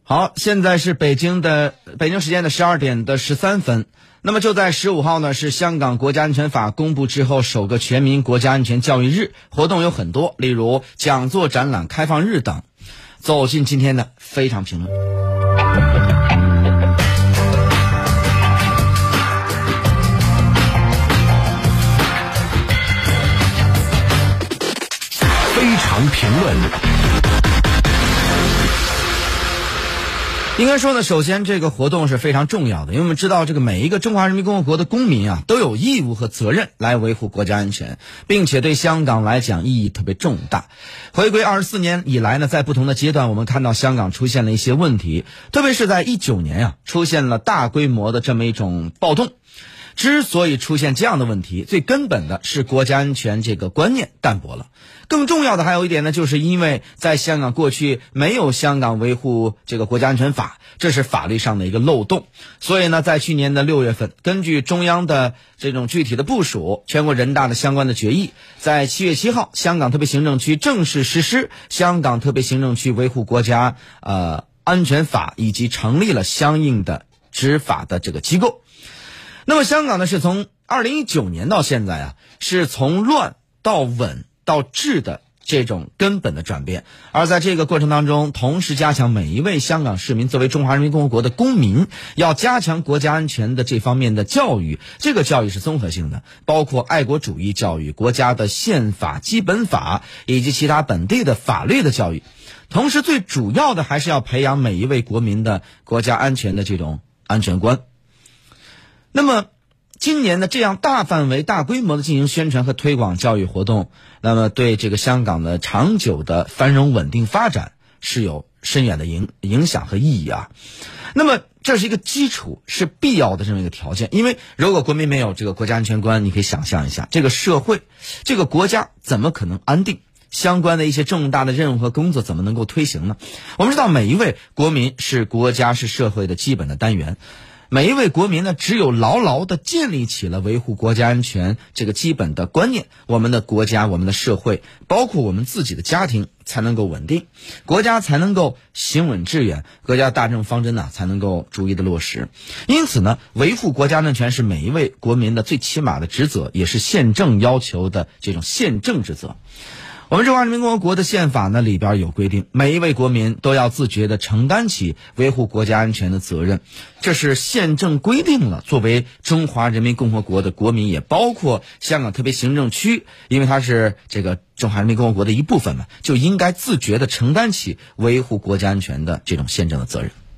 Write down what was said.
好，现在是北京时间的12:13。那么就在15号呢，是香港国家安全法公布之后首个全民国家安全教育日，活动有很多，例如讲座、展览、开放日等。走进今天的非常评论。 非常评论。 应该说呢，首先这个活动是非常重要的，因为我们知道这个每一个中华人民共和国的公民啊，都有义务和责任来维护国家安全，并且对香港来讲意义特别重大。回归24年以来呢，在不同的阶段我们看到香港出现了一些问题，特别是在19年出现了大规模的这么一种暴动。之所以出现这样的问题，最根本的是国家安全这个观念淡薄了。更重要的还有一点呢，就是因为在香港过去没有香港维护这个国家安全法，这是法律上的一个漏洞。所以呢，在去年的6月份，根据中央的这种具体的部署，全国人大的相关的决议，在7月7号，香港特别行政区正式实施香港特别行政区维护国家安全法，以及成立了相应的执法的这个机构。那么香港呢，是从2019年到现在是从乱到稳到治的这种根本的转变。而在这个过程当中，同时加强每一位香港市民作为中华人民共和国的公民，要加强国家安全的这方面的教育。这个教育是综合性的，包括爱国主义教育、国家的宪法、基本法以及其他本地的法律的教育。同时最主要的还是要培养每一位国民的国家安全的这种安全观。那么今年的这样大范围大规模的进行宣传和推广教育活动，那么对这个香港的长久的繁荣稳定发展是有深远的影响和意义那么这是一个基础，是必要的这么一个条件。因为如果国民没有这个国家安全观，你可以想象一下，这个社会这个国家怎么可能安定，相关的一些重大的任务和工作怎么能够推行呢？我们知道每一位国民是国家是社会的基本的单元，每一位国民呢，只有牢牢地建立起了维护国家安全这个基本的观念，我们的国家、我们的社会，包括我们自己的家庭才能够稳定，国家才能够行稳致远，国家大政方针才能够逐一的落实。因此呢，维护国家安全是每一位国民的最起码的职责，也是宪政要求的这种宪政职责。我们中华人民共和国的宪法呢里边有规定，每一位国民都要自觉地承担起维护国家安全的责任，这是宪政规定了。作为中华人民共和国的国民，也包括香港特别行政区，因为它是这个中华人民共和国的一部分嘛，就应该自觉地承担起维护国家安全的这种宪政的责任。